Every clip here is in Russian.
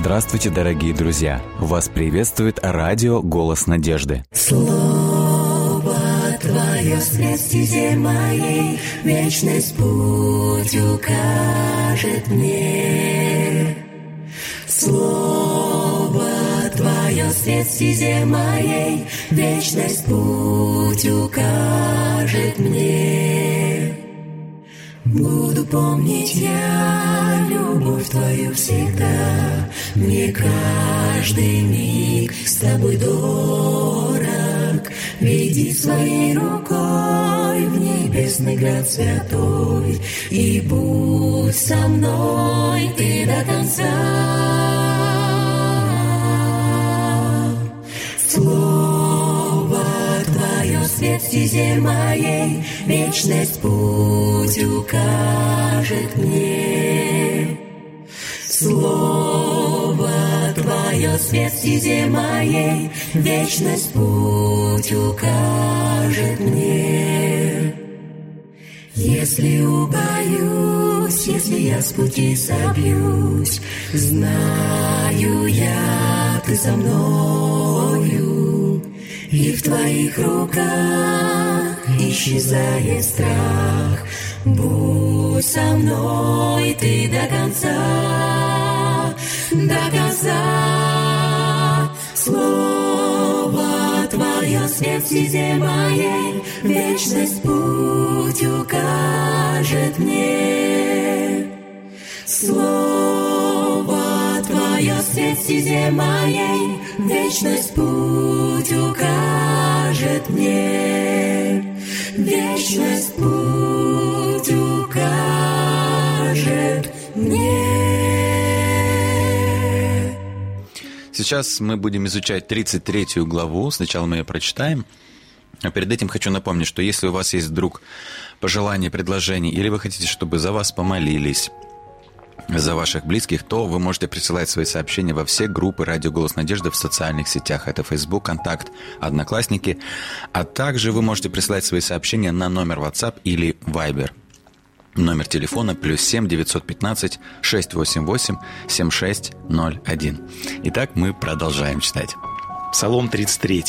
Здравствуйте, дорогие друзья! Вас приветствует радио «Голос надежды». Слово Твое свет стезе моей, вечность путь укажет мне. Слово Твое свет стезе моей, вечность путь укажет мне. Буду помнить я любовь Твою всегда, мне каждый миг с Тобой дорог. Веди своей рукой в небесный град святой, и будь со мной Ты до конца. Слово Твое свет стезе моей, вечность путь укажет мне. Слово Твое свет стезе моей, вечность путь укажет мне. Если убоюсь, если я с пути собьюсь, знаю я, Ты со мною, и в Твоих руках исчезает страх. Будь со мной Ты до конца, до конца. Слово Твое свет стезе моей, вечность путь укажет мне. Слово Твое свет стезе моей, вечность путь укажет мне. Вечность путь укажет мне. Сейчас мы будем изучать 33 главу. Сначала мы ее прочитаем. А перед этим хочу напомнить, что если у вас есть вдруг пожелания, предложения, или вы хотите, чтобы за вас помолились, за ваших близких, то вы можете присылать свои сообщения во все группы «Радио Голос Надежды» в социальных сетях. Это Facebook, Контакт, Одноклассники. А также вы можете присылать свои сообщения на номер WhatsApp или Viber. Номер телефона +7 915 688 7601. Итак, мы продолжаем читать. Псалом 33.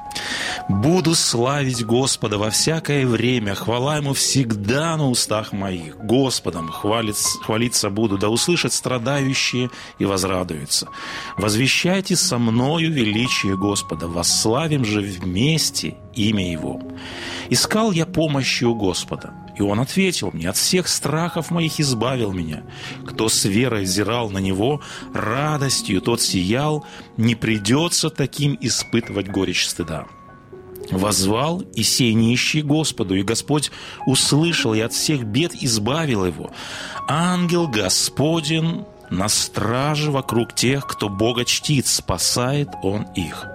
«Буду славить Господа во всякое время, хвала Ему всегда на устах моих. Господом хвалиться буду, да услышат страдающие и возрадуются. Возвещайте со мною величие Господа, восславим же вместе имя Его. Искал я помощи у Господа, и Он ответил мне, от всех страхов моих избавил меня. Кто с верой взирал на Него, радостью тот сиял, не придется таким испытывать горечь стыда. Воззвал и сей нищий Господу, и Господь услышал и от всех бед избавил его. Ангел Господень на страже вокруг тех, кто Бога чтит, спасает Он их.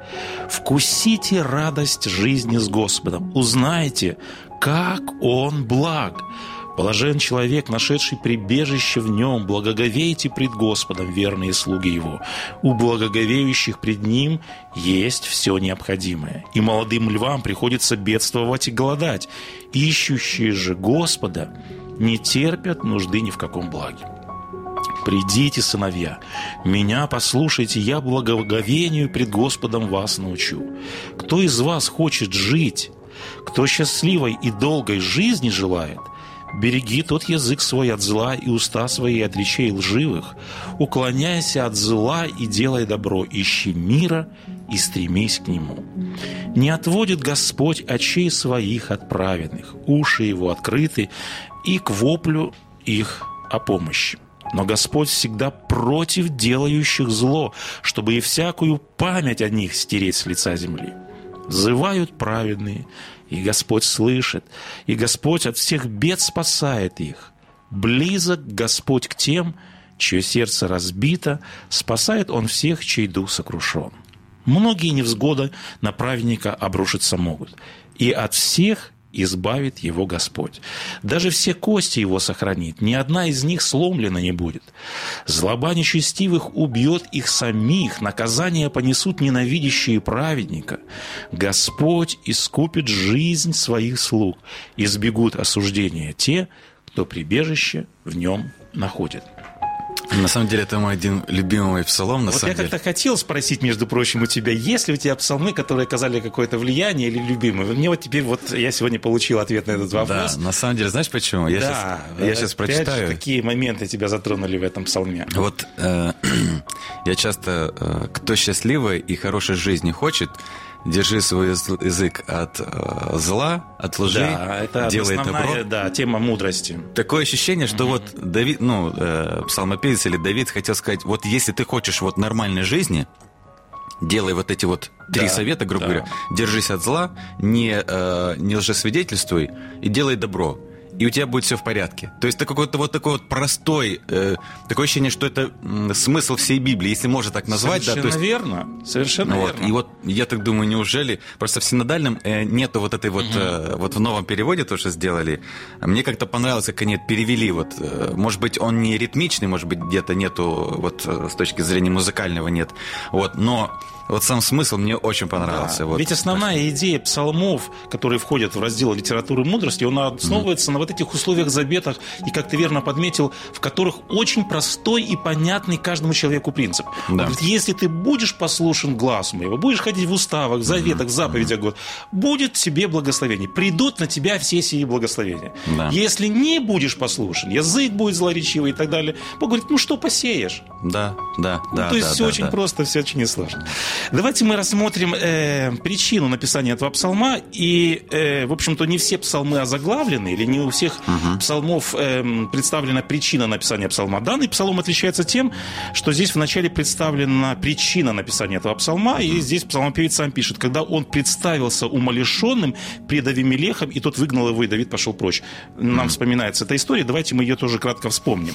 Вкусите радость жизни с Господом, узнайте, как Он благ. Блажен человек, нашедший прибежище в Нем, благоговейте пред Господом, верные слуги Его. У благоговеющих пред Ним есть все необходимое. И молодым львам приходится бедствовать и голодать. Ищущие же Господа не терпят нужды ни в каком благе. Придите, сыновья, меня послушайте, я благоговению пред Господом вас научу. Кто из вас хочет жить, кто счастливой и долгой жизни желает, береги тот язык свой от зла и уста свои от речей лживых. Уклоняйся от зла и делай добро, ищи мира и стремись к нему. Не отводит Господь очей своих от праведных, уши Его открыты и к воплю их о помощи. Но Господь всегда против делающих зло, чтобы и всякую память о них стереть с лица земли. Взывают праведные, и Господь слышит, и Господь от всех бед спасает их. Близок Господь к тем, чье сердце разбито, спасает Он всех, чей дух сокрушен. Многие невзгоды на праведника обрушиться могут, и от всех избавит его Господь. Даже все кости его сохранит, ни одна из них сломлена не будет. Злоба нечестивых убьет их самих, наказание понесут ненавидящие праведника. Господь искупит жизнь своих слуг, избегут осуждения те, кто прибежище в нем находит». На самом деле, это мой один любимый псалом. Вот я как-то хотел спросить, между прочим, у тебя, есть ли у тебя псалмы, которые оказали какое-то влияние или любимые? Мне вот теперь я сегодня получил ответ на этот вопрос. Да, на самом деле, знаешь почему? Я сейчас прочитаю. Какие моменты тебя затронули в этом псалме? Вот я часто, кто счастливой и хорошей жизни хочет, держи свой язык от зла, от лжи, это делай основная, добро. Тема мудрости. Такое ощущение, что вот Давид, псалмопевец или Давид хотел сказать, вот если ты хочешь вот нормальной жизни, делай вот эти вот 3 совета, грубо говоря, держись от зла, не лжесвидетельствуй и делай добро. И у тебя будет все в порядке. То есть такой вот простой, такое ощущение, что это смысл всей Библии, если можно так назвать. Совершенно верно. Совершенно верно. И вот я так думаю, неужели просто в синодальном нету вот этой вот в новом переводе то, что сделали. Мне как-то понравилось, как они это перевели. Может быть, он не ритмичный, может быть, где-то нету, с точки зрения музыкального нет. Но вот сам смысл мне очень понравился. Да. Ведь основная идея псалмов, которые входят в раздел литературы мудрости, она основывается на вот этих условиях, заветах, и, как ты верно подметил, в которых очень простой и понятный каждому человеку принцип. Да. Вот если ты будешь послушен глазу моего, будешь ходить в уставах, заветах, заповедях, будет тебе благословение. Придут на тебя все сии благословения. Да. Если не будешь послушен, язык будет злоречивый и так далее, Бог говорит, что посеешь? Да. То есть все очень просто, все очень несложно. Давайте мы рассмотрим причину написания этого псалма. И, в общем-то, не все псалмы озаглавлены, или не у всех псалмов представлена причина написания псалма. Данный псалом отличается тем, что здесь вначале представлена причина написания этого псалма, и здесь псалмопевец сам пишет, когда он представился умалишенным пред Авимелехом, и тот выгнал его, и Давид пошел прочь. Нам вспоминается эта история, давайте мы ее тоже кратко вспомним.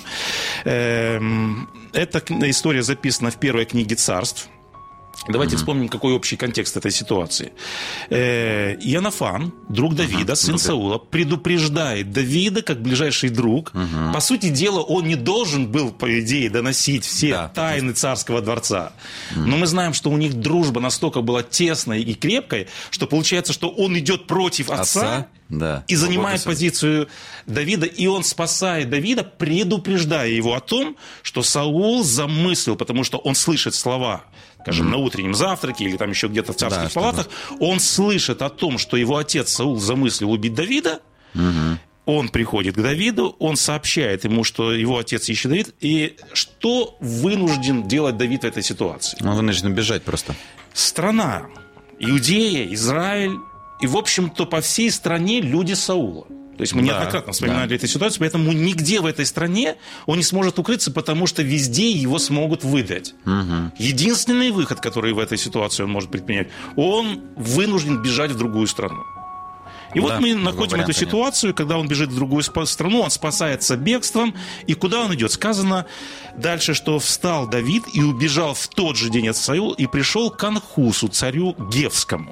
Эта история записана в первой книге Царств. Давайте вспомним, какой общий контекст этой ситуации. Иоаннафан, друг Давида, сын Саула, предупреждает Давида как ближайший друг. По сути дела, он не должен был, по идее, доносить все тайны царского дворца. Но мы знаем, что у них дружба настолько была тесной и крепкой, что получается, что он идет против отца и занимает позицию Давида, и он спасает Давида, предупреждая его о том, что Саул замыслил, потому что он слышит слова, скажем, на утреннем завтраке или там еще где-то в царских палатах, он слышит о том, что его отец Саул замыслил убить Давида, он приходит к Давиду, он сообщает ему, что его отец ищет Давид, и что вынужден делать Давид в этой ситуации? Он вынужден бежать просто. Страна, Иудея, Израиль, и, в общем-то, по всей стране люди Саула. То есть мы неоднократно вспоминали эту ситуацию, поэтому нигде в этой стране он не сможет укрыться, потому что везде его смогут выдать. Единственный выход, который в этой ситуации он может предпринять, он вынужден бежать в другую страну. И вот мы находим эту ситуацию, когда он бежит в другую страну, он спасается бегством, и куда он идет? Сказано дальше, что встал Давид и убежал в тот же день от Саула и пришел к Анхусу, царю Гевскому.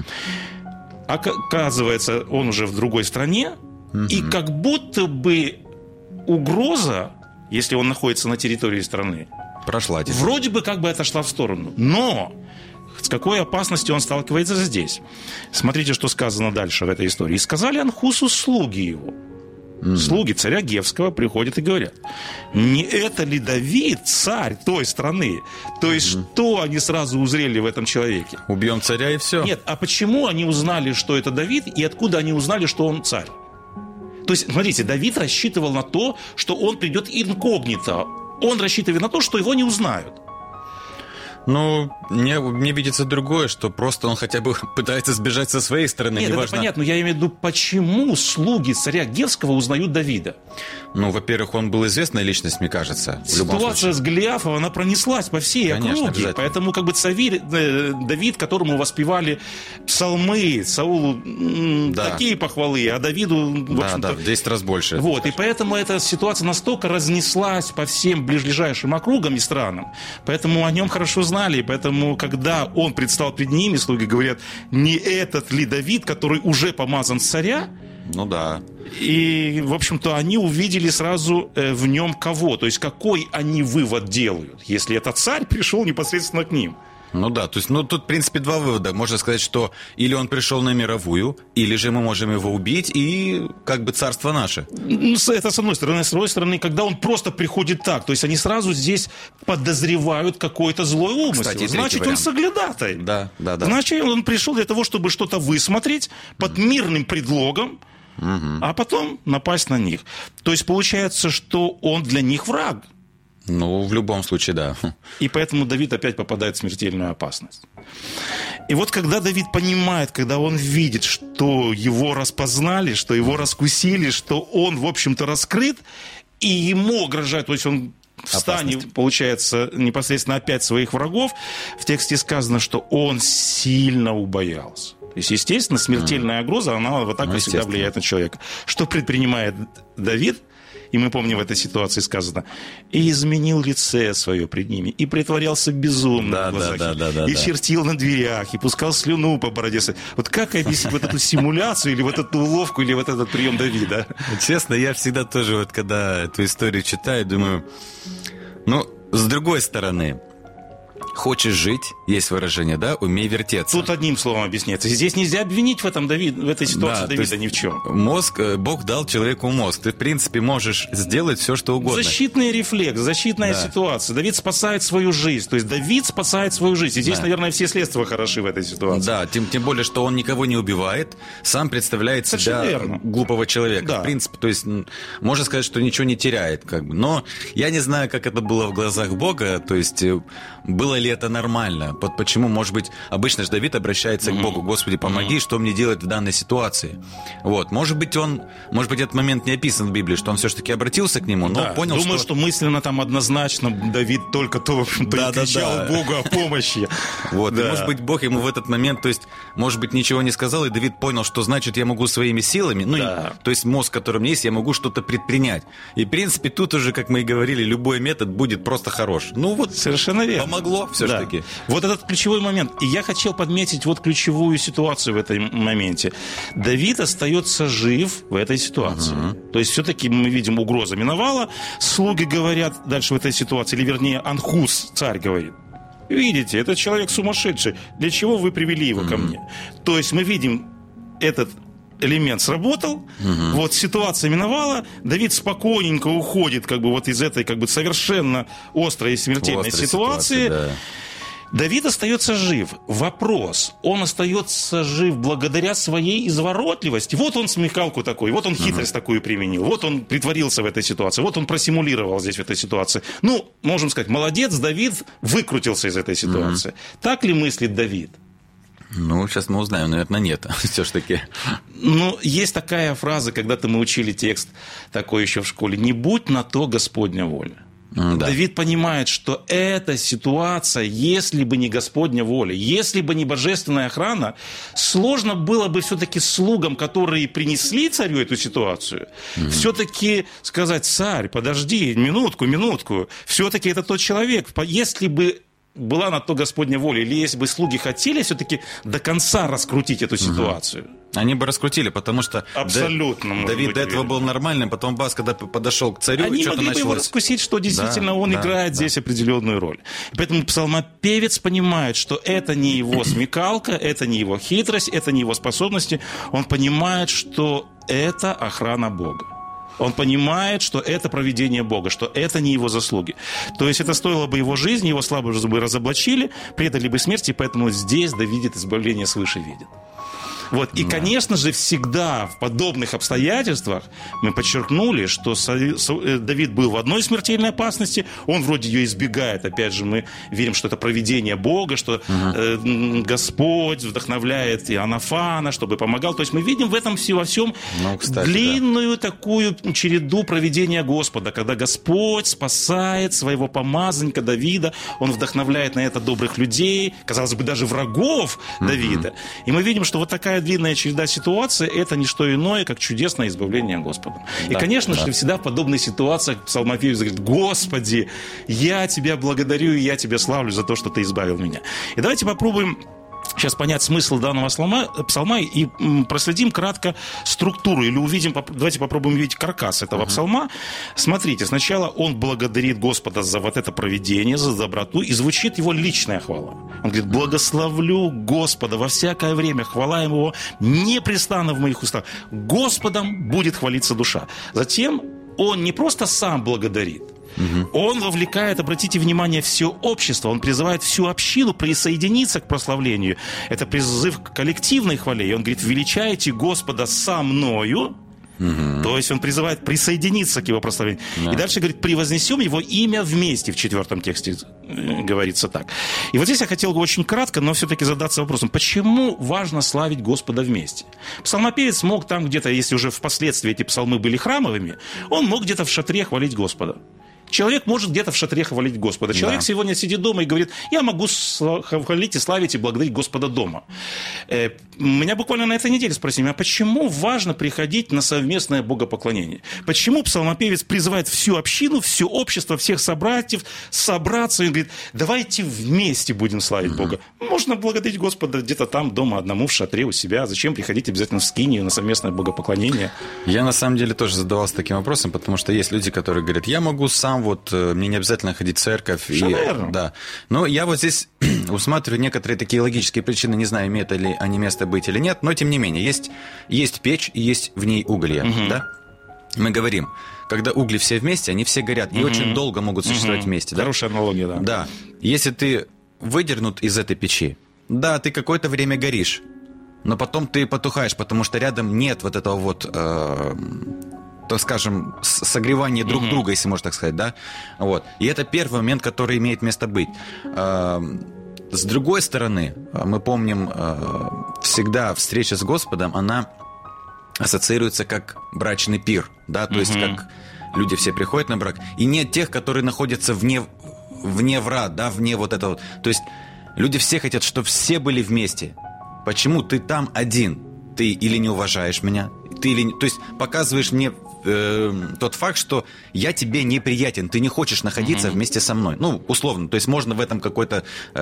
Оказывается, он уже в другой стране, и как будто бы угроза, если он находится на территории страны, прошла. Вроде бы как бы отошла в сторону. Но с какой опасностью он сталкивается здесь? Смотрите, что сказано дальше в этой истории. «И сказали Анхусу слуги его». Слуги царя Гевского приходят и говорят: не это ли Давид, царь той страны? То есть, что они сразу узрели в этом человеке? Убьем царя и все. Нет, а почему они узнали, что это Давид, и откуда они узнали, что он царь? То есть, смотрите, Давид рассчитывал на то, что он придет инкогнито. Он рассчитывает на то, что его не узнают. Ну, мне видится другое, что просто он хотя бы пытается сбежать со своей стороны. Нет, это понятно, но я имею в виду, почему слуги царя Гевского узнают Давида? Ну, во-первых, он был известная личность, мне кажется. Ситуация с Голиафом, она пронеслась по всей округе. Поэтому как бы Давид, которому воспевали псалмы, Саулу такие похвалы, а Давиду, в общем-то... в 10 раз больше. Вот, и поэтому эта ситуация настолько разнеслась по всем ближайшим округам и странам, поэтому о нем хорошо знали. И поэтому, когда он предстал перед ними, слуги говорят: не этот ли Давид, который уже помазан царя? Ну да. И, в общем-то, они увидели сразу в нем кого? То есть, какой они вывод делают, если этот царь пришел непосредственно к ним? Ну да, то есть, тут, в принципе, два вывода. Можно сказать, что или он пришел на мировую, или же мы можем его убить, и как бы царство наше. Это с одной стороны. С другой стороны, когда он просто приходит так, то есть они сразу здесь подозревают какой-то злой умысел. Кстати, значит, он соглядатай. Да. Значит, он пришел для того, чтобы что-то высмотреть под мирным предлогом, а потом напасть на них. То есть получается, что он для них враг. Ну, в любом случае, да. И поэтому Давид опять попадает в смертельную опасность. И вот когда Давид понимает, когда он видит, что его распознали, что его раскусили, что он, в общем-то, раскрыт, и ему угрожает, то есть он в стане, получается, непосредственно опять своих врагов, в тексте сказано, что он сильно убоялся. То есть, естественно, смертельная угроза, она вот так всегда влияет на человека. Что предпринимает Давид? И мы помним, в этой ситуации сказано: «И изменил лице свое пред ними, и притворялся безумным в глазах, и чертил на дверях, и пускал слюну по бороде». Вот как объяснить вот эту симуляцию, или вот эту уловку, или вот этот прием Давида? Честно, я всегда тоже, вот когда эту историю читаю, думаю, с другой стороны, хочешь жить, есть выражение, да, умей вертеться. Тут одним словом объясняется. Здесь нельзя обвинить в этой ситуации Давида ни в чем. Бог дал человеку мозг. Ты, в принципе, можешь сделать все, что угодно. Защитный рефлекс, защитная ситуация. Давид спасает свою жизнь. То есть Давид спасает свою жизнь. И здесь, наверное, все следствия хороши в этой ситуации. Да, тем более, что он никого не убивает, сам представляет себя глупого человека. Да. В принципе, то есть можно сказать, что ничего не теряет. Но я не знаю, как это было в глазах Бога. То есть было ли это нормально? Почему, может быть, обычно же Давид обращается к Богу: «Господи, помоги, что мне делать в данной ситуации?» Вот. Может быть, этот момент не описан в Библии, что он все-таки обратился к нему, но понял, думаю, что мысленно там однозначно Давид только то и кричал Богу о помощи. Вот. И, может быть, Бог ему в этот момент, то есть, может быть, ничего не сказал, и Давид понял, что значит, я могу своими силами, то есть мозг, который у меня есть, я могу что-то предпринять. И, в принципе, тут уже, как мы и говорили, любой метод будет просто хорош. Совершенно верно. Помогло все-таки. Вот этот ключевой момент. И я хотел подметить ключевую ситуацию в этом моменте. Давид остается жив в этой ситуации. То есть все-таки мы видим, угроза миновала. Слуги говорят дальше в этой ситуации, или вернее Анхус, царь, говорит: «Видите, этот человек сумасшедший. Для чего вы привели его ко мне?» То есть мы видим, этот элемент сработал, вот ситуация миновала, Давид спокойненько уходит из этой совершенно острой и смертельной ситуации. Давид остается жив. Вопрос: он остается жив благодаря своей изворотливости. Вот он смекалку такой, вот он хитрость такую применил, вот он притворился в этой ситуации, вот он просимулировал здесь в этой ситуации. Можем сказать, молодец, Давид выкрутился из этой ситуации. Так ли мыслит Давид? Сейчас мы узнаем, наверное, нет, все-таки. Есть такая фраза, когда-то мы учили текст такой еще в школе: «Не будь на то Господня воля». Да. Давид понимает, что эта ситуация, если бы не Господня воля, если бы не божественная охрана, сложно было бы все-таки слугам, которые принесли царю эту ситуацию, все-таки сказать: «Царь, подожди, минутку, все-таки это тот человек». Если бы была на то Господня воля, или если бы слуги хотели все-таки до конца раскрутить эту ситуацию. Они бы раскрутили, потому что абсолютно Давид до этого был нормальным, потом когда подошел к царю, они могли бы его раскусить, что действительно он играет здесь определенную роль. Поэтому псалмопевец понимает, что это не его смекалка, это не его хитрость, это не его способности. Он понимает, что это охрана Бога. Он понимает, что это провидение Бога, что это не его заслуги. То есть это стоило бы его жизни, его слабо бы разоблачили, предали бы смерти, и поэтому здесь Давид избавление свыше видит. И, конечно же, всегда в подобных обстоятельствах мы подчеркнули, что Давид был в одной смертельной опасности, он вроде ее избегает. Опять же, мы верим, что это провидение Бога, что Господь вдохновляет Иоаннафана, чтобы помогал. То есть мы видим в этом во всем длинную такую череду провидения Господа, когда Господь спасает своего помазанника Давида, он вдохновляет на это добрых людей, казалось бы, даже врагов Давида. И мы видим, что такая длинная череда ситуаций – это не что иное, как чудесное избавление Господом. И, конечно же, всегда в подобных ситуациях псалмопевец говорит: «Господи, я Тебя благодарю, и я Тебя славлю за то, что Ты избавил меня». И давайте попробуем сейчас понять смысл данного псалма и проследим кратко структуру, или увидим, давайте попробуем увидеть каркас этого псалма. Смотрите, сначала он благодарит Господа за вот это провидение, за доброту, и звучит его личная хвала. Он говорит: благословлю Господа во всякое время, хвала его непрестанно в моих устах. Господом будет хвалиться душа. Затем он не просто сам благодарит, он вовлекает, обратите внимание, все общество. Он призывает всю общину присоединиться к прославлению. Это призыв к коллективной хвале. И он говорит: величайте Господа со мною. То есть он призывает присоединиться к его прославлению. И дальше говорит: превознесем его имя вместе. В 4 тексте говорится так. И вот здесь я хотел бы очень кратко, но все-таки задаться вопросом: почему важно славить Господа вместе? Псалмопевец мог там где-то, если уже впоследствии эти псалмы были храмовыми, он мог где-то в шатре хвалить Господа. Человек может где-то в шатре хвалить Господа. Человек сегодня сидит дома и говорит: я могу хвалить и славить и благодарить Господа дома. Меня буквально на этой неделе спросили: а почему важно приходить на совместное богопоклонение? Почему псалмопевец призывает всю общину, все общество, всех собратьев собраться и говорит: давайте вместе будем славить Бога? Можно благодарить Господа где-то там дома одному в шатре у себя. Зачем приходить обязательно в скинию на совместное богопоклонение? Я на самом деле тоже задавался таким вопросом, потому что есть люди, которые говорят: я могу сам, мне не обязательно ходить в церковь. Да. Но я вот здесь усматриваю некоторые такие логические причины, не знаю, имеют ли они место быть или нет, но тем не менее, есть печь и есть в ней уголья, да? Мы говорим, когда угли все вместе, они все горят и очень долго могут существовать вместе. Да? Хорошая аналогия, да. Да. Если ты выдернут из этой печи, да, ты какое-то время горишь, но потом ты потухаешь, потому что рядом нет вот этого вот... так скажем, согревание друг друга, если можно так сказать, да? Вот. И это первый момент, который имеет место быть. С другой стороны, мы помним, всегда встреча с Господом, она ассоциируется как брачный пир, да? То есть, как люди все приходят на брак, и нет тех, которые находятся вне врат, да, вне вот этого. То есть, люди все хотят, чтобы все были вместе. Почему ты там один? Ты или не уважаешь меня, ты или... То есть, показываешь мне тот факт, что я тебе неприятен, ты не хочешь находиться вместе со мной. Ну, условно, то есть можно в этом какой-то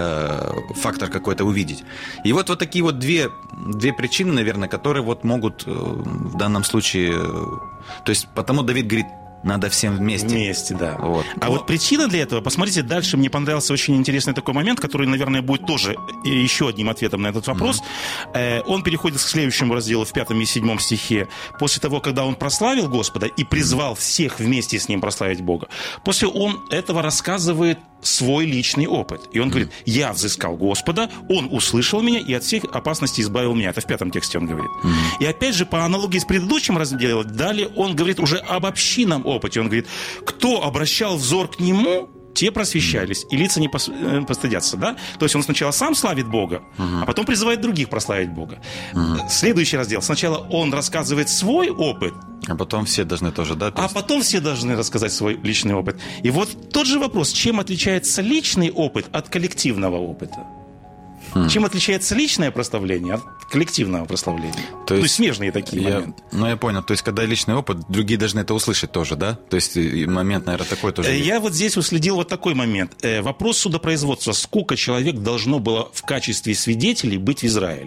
фактор какой-то увидеть. И вот такие вот две причины, наверное, которые вот могут в данном случае... То есть потому Давид говорит: надо всем вместе. Вместе, да. Вот. Вот причина для этого, посмотрите, дальше мне понравился очень интересный такой момент, который, наверное, будет тоже еще одним ответом на этот вопрос. Он переходит к следующему разделу в 5 и 7 стихе. После того, когда он прославил Господа и призвал всех вместе с ним прославить Бога, после он этого рассказывает свой личный опыт. И он говорит: я взыскал Господа, он услышал меня и от всех опасностей избавил меня. Это в 5 тексте он говорит. И опять же, по аналогии с предыдущим разделом, далее он говорит уже об общинном опыте. Он говорит: кто обращал взор к нему, те просвещались, и лица не постыдятся, да? То есть он сначала сам славит Бога, а потом призывает других прославить Бога. Следующий раздел. Сначала он рассказывает свой опыт, а потом все должны тоже, да? А потом все должны рассказать свой личный опыт. И вот тот же вопрос: чем отличается личный опыт от коллективного опыта? Чем отличается личное прославление от коллективного прославления? То есть смежные такие моменты. Ну, я понял. То есть, когда личный опыт, другие должны это услышать тоже, да? То есть, момент, наверное, такой тоже есть. Я вот здесь уследил вот такой момент. Вопрос судопроизводства. Сколько человек должно было в качестве свидетелей быть в Израиле?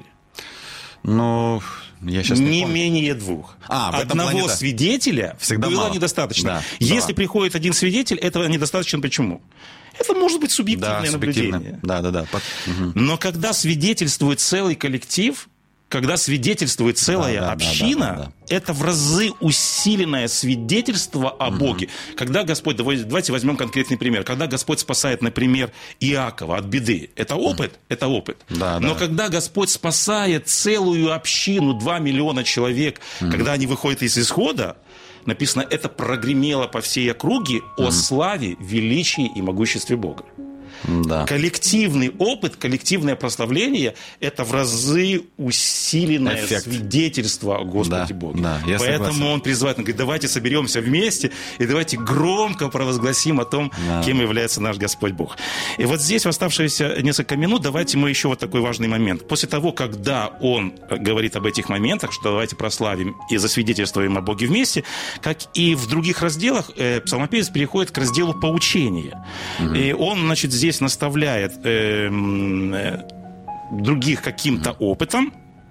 Ну... Я сейчас не менее 2. Одного свидетеля всегда было мало. Недостаточно. Да, если приходит один свидетель, этого недостаточно. Почему? Это может быть субъективное наблюдение. Да. Но когда свидетельствует целый коллектив, когда свидетельствует целая община, это в разы усиленное свидетельство о Боге. Когда Господь, давайте возьмем конкретный пример, когда Господь спасает, например, Иакова от беды, это опыт, это опыт. Но когда Господь спасает целую общину, 2 миллиона человек, когда они выходят из исхода, написано, это прогремело по всей округе о славе, величии и могуществе Бога. Да. Коллективный опыт, коллективное прославление – это в разы усиленное свидетельство о Господе Боге. Поэтому он призывает, он говорит: давайте соберемся вместе и давайте громко провозгласим о том, кем является наш Господь Бог. И вот здесь в оставшиеся несколько минут давайте мы еще вот такой важный момент. После того, когда он говорит об этих моментах, что давайте прославим и засвидетельствуем о Боге вместе, как и в других разделах, псалмопевец переходит к разделу поучения. И он, значит, здесь наставляет других каким-то опытом.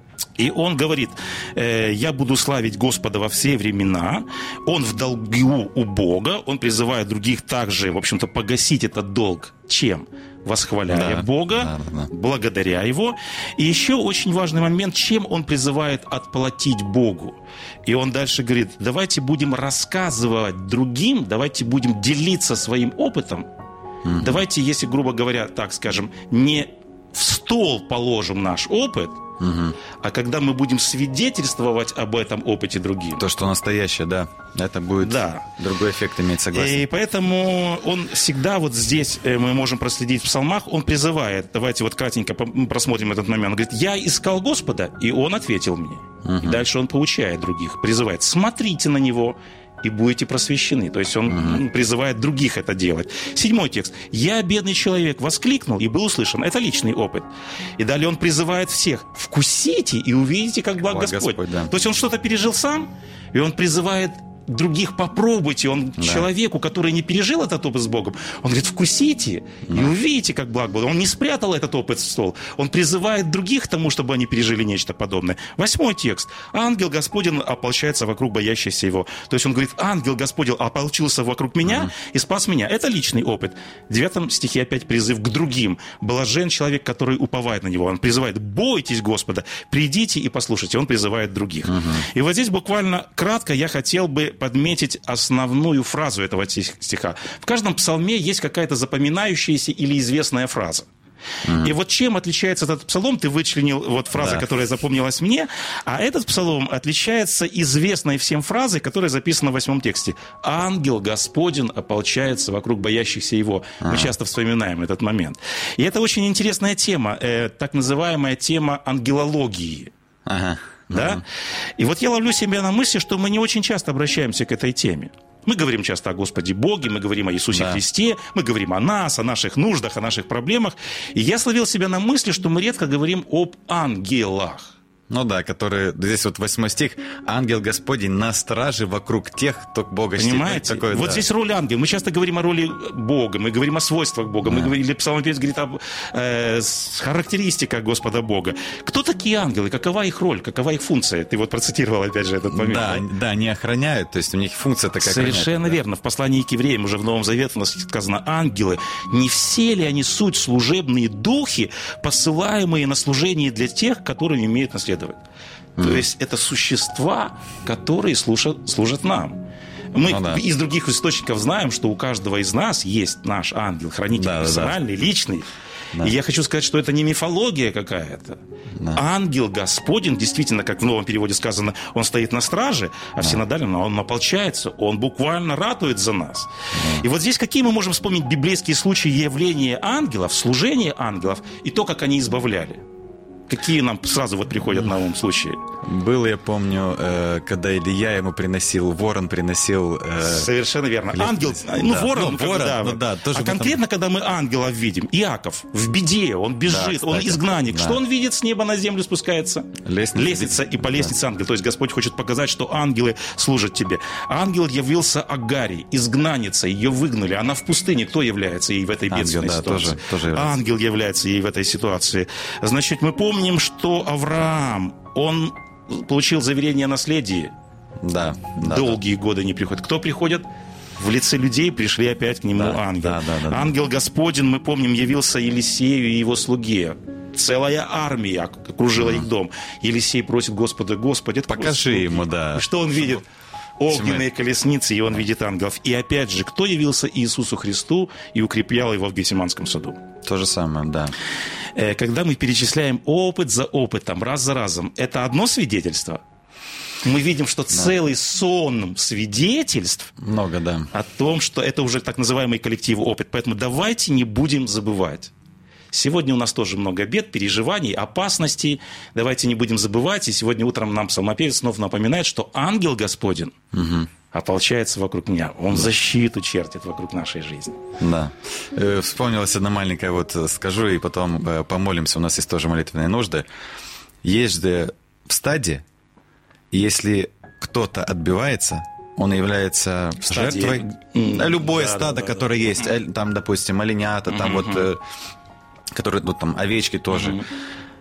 И он говорит: я буду славить Господа во все времена. Он в долгу у Бога. Он призывает других также, в общем-то, погасить этот долг. Чем? Восхваляя Бога, благодаря Его. И еще очень важный момент, чем он призывает отплатить Богу. И он дальше говорит: давайте будем рассказывать другим, давайте будем делиться своим опытом. Давайте, если, грубо говоря, так скажем, не в стол положим наш опыт, а когда мы будем свидетельствовать об этом опыте другим. То, что настоящее, да. Это будет другой эффект иметь, согласен. И поэтому он всегда вот здесь, мы можем проследить в псалмах, он призывает, давайте вот кратенько просмотрим этот момент. Он говорит: я искал Господа, и он ответил мне. И дальше он поучает других, призывает: смотрите на него, и будете просвещены. То есть он призывает других это делать. 7 текст. «Я, бедный человек, воскликнул и был услышан». Это личный опыт. И далее он призывает всех: вкусите и увидите, как благ Господь. Да. То есть он что-то пережил сам, и он призывает других: попробуйте. Он человеку, который не пережил этот опыт с Богом, он говорит: вкусите и увидите, как благ Бог. Он не спрятал этот опыт в стол. Он призывает других к тому, чтобы они пережили нечто подобное. 8 текст. «Ангел Господень ополчается вокруг боящихся его». То есть он говорит: ангел Господень ополчился вокруг меня и спас меня. Это личный опыт. В 9 стихе опять призыв к другим. «Блажен человек, который уповает на него». Он призывает: бойтесь Господа, придите и послушайте. Он призывает других. И вот здесь буквально кратко я хотел бы подметить основную фразу этого стиха. В каждом псалме есть какая-то запоминающаяся или известная фраза. И вот чем отличается этот псалом, ты вычленил вот фразу, которая запомнилась мне, а этот псалом отличается известной всем фразой, которая записана в 8 тексте. «Ангел Господень ополчается вокруг боящихся его». Мы часто вспоминаем этот момент. И это очень интересная тема, так называемая тема ангелологии. Да? И вот я ловлю себя на мысли, что мы не очень часто обращаемся к этой теме. Мы говорим часто о Господе Боге, мы говорим о Иисусе Христе, мы говорим о нас, о наших нуждах, о наших проблемах. И я словил себя на мысли, что мы редко говорим об ангелах. Ну да, которые... Здесь вот 8 стих. «Ангел Господень на страже вокруг тех, кто Бога чтит». Понимаете? Такое, вот здесь роль ангела. Мы часто говорим о роли Бога, мы говорим о свойствах Бога, мы говорим, или псалмопевец говорит об характеристиках Господа Бога. Кто такие ангелы? Какова их роль? Какова их функция? Ты вот процитировал опять же этот момент. Да, они охраняют, то есть у них функция такая. Совершенно верно. В послании к евреям, уже в Новом Завете у нас сказано: ангелы, не все ли они суть служебные духи, посылаемые на служение для тех, которым имеют наследовать? То есть это существа, которые служат нам. Мы из других источников знаем, что у каждого из нас есть наш ангел-хранитель, персональный, личный. И я хочу сказать, что это не мифология какая-то. Ангел Господень, действительно, как в новом переводе сказано, он стоит на страже, а в синодальном он ополчается, он буквально ратует за нас. И вот здесь какие мы можем вспомнить библейские случаи явления ангелов, служения ангелов и то, как они избавляли? Какие нам сразу вот приходят на ум случаи? Был, я помню, когда Илья ему приносил, ворон приносил... Совершенно верно. Ангел, ворон, тоже конкретно, когда мы ангела видим, Иаков в беде, он бежит, он изгнанник. Что он видит с неба на землю спускается? Лестница, и по лестнице ангел. То есть Господь хочет показать, что ангелы служат тебе. Ангел явился Агаре, изгнанница, ее выгнали. Она в пустыне. Кто является ей в этой бедственной ситуации? Тоже ангел является ей в этой ситуации. Значит, мы помним, что Авраам, он получил заверение о наследии. Долгие годы не приходят. Кто приходит? В лице людей пришли опять к нему ангелы. Ангел Господень, мы помним, явился Елисею и его слуге. Целая армия окружила их дом. Елисей просит Господа: Господи, покажи ему, Что он видит? Огненные колесницы, и он видит ангелов. И опять же, кто явился Иисусу Христу и укреплял его в Гефсиманском саду? То же самое, да. Когда мы перечисляем опыт за опытом, раз за разом, это одно свидетельство. Мы видим, что целый сон свидетельств много, о том, что это уже так называемый коллективный опыт. Поэтому давайте не будем забывать. Сегодня у нас тоже много бед, переживаний, опасностей. Давайте не будем забывать. И сегодня утром нам псалмопевец снова напоминает, что ангел Господень ополчается вокруг меня. Он защиту чертит вокруг нашей жизни. Да. Вспомнилась одна маленькая, вот скажу, и потом помолимся. У нас есть тоже молитвенные нужды. Есть же в стаде, если кто-то отбивается, он является жертвой. Любое стадо, которое есть, там, допустим, оленята, там вот... которые, там, овечки тоже.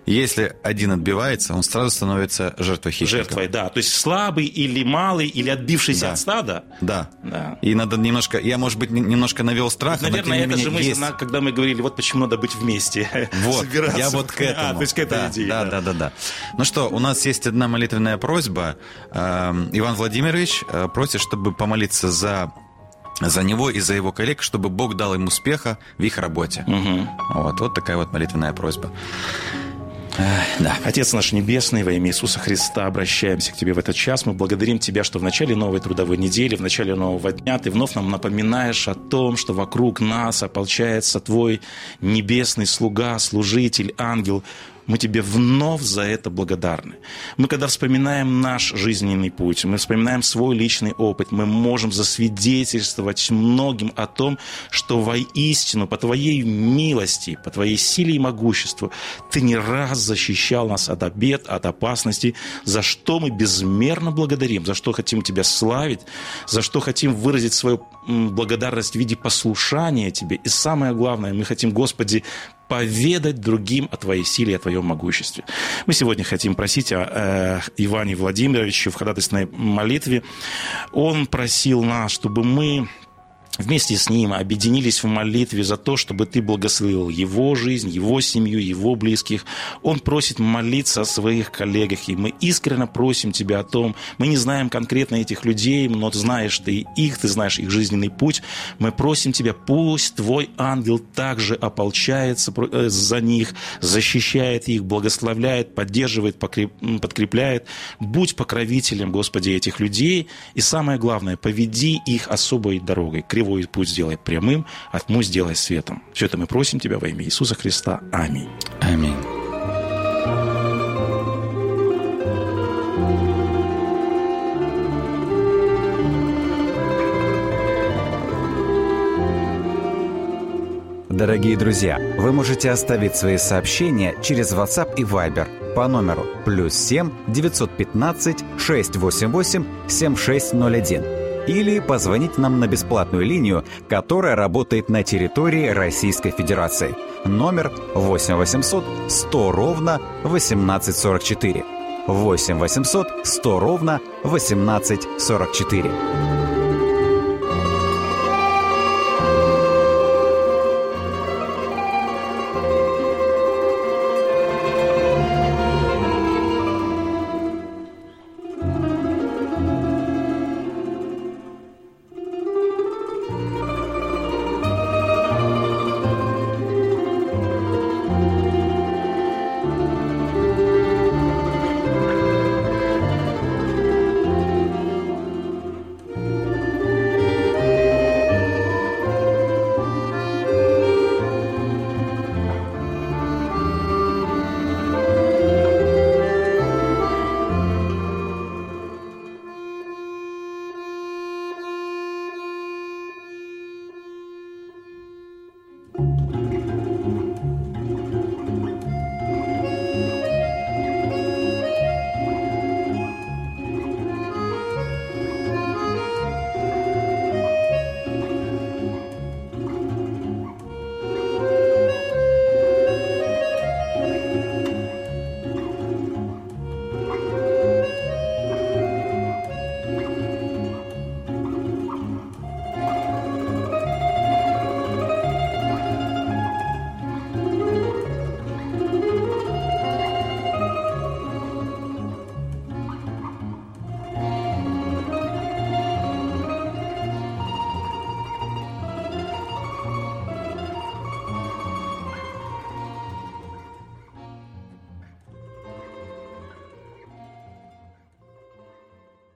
Если один отбивается, он сразу становится жертвой хищника. Жертвой, да. То есть слабый или малый, или отбившийся от стада. Да. И надо немножко... Я, может быть, немножко навел страх, наверное, но тем не это менее же мысль, когда мы говорили, вот почему надо быть вместе. Вот, я вот к этому. То есть к этой идее. Да. Ну что, у нас есть одна молитвенная просьба. Иван Владимирович просит, чтобы помолиться за него и за его коллег, чтобы Бог дал им успеха в их работе. Вот такая вот молитвенная просьба. Да. Отец наш Небесный, во имя Иисуса Христа обращаемся к Тебе в этот час. Мы благодарим Тебя, что в начале новой трудовой недели, в начале нового дня Ты вновь нам напоминаешь о том, что вокруг нас ополчается Твой небесный слуга, служитель, ангел. Мы Тебе вновь за это благодарны. Мы, когда вспоминаем наш жизненный путь, мы вспоминаем свой личный опыт, мы можем засвидетельствовать многим о том, что воистину по Твоей милости, по Твоей силе и могуществу Ты не раз защищал нас от бед, от опасностей, за что мы безмерно благодарим, за что хотим Тебя славить, за что хотим выразить свою благодарность в виде послушания Тебе. И самое главное, мы хотим, Господи, поведать другим о Твоей силе и о Твоем могуществе. Мы сегодня хотим просить о Иване Владимировиче в ходатайственной молитве. Он просил нас, чтобы мы вместе с ним объединились в молитве за то, чтобы Ты благословил его жизнь, его семью, его близких. Он просит молиться о своих коллегах, и мы искренне просим Тебя о том, мы не знаем конкретно этих людей, но знаешь Ты их, Ты знаешь их жизненный путь. Мы просим Тебя, пусть Твой ангел также ополчается за них, защищает их, благословляет, поддерживает, подкрепляет. Будь покровителем, Господи, этих людей, и самое главное, поведи их особой дорогой. Кривой путь сделай прямым, а тьму сделай светом. Все это мы просим Тебя во имя Иисуса Христа. Аминь. Аминь. Дорогие друзья, вы можете оставить свои сообщения через WhatsApp и Viber по номеру +7 915 688 7601 или позвонить нам на бесплатную линию, которая работает на территории Российской Федерации. Номер 8 800 100 ровно 1844. 8 800 100 ровно 1844.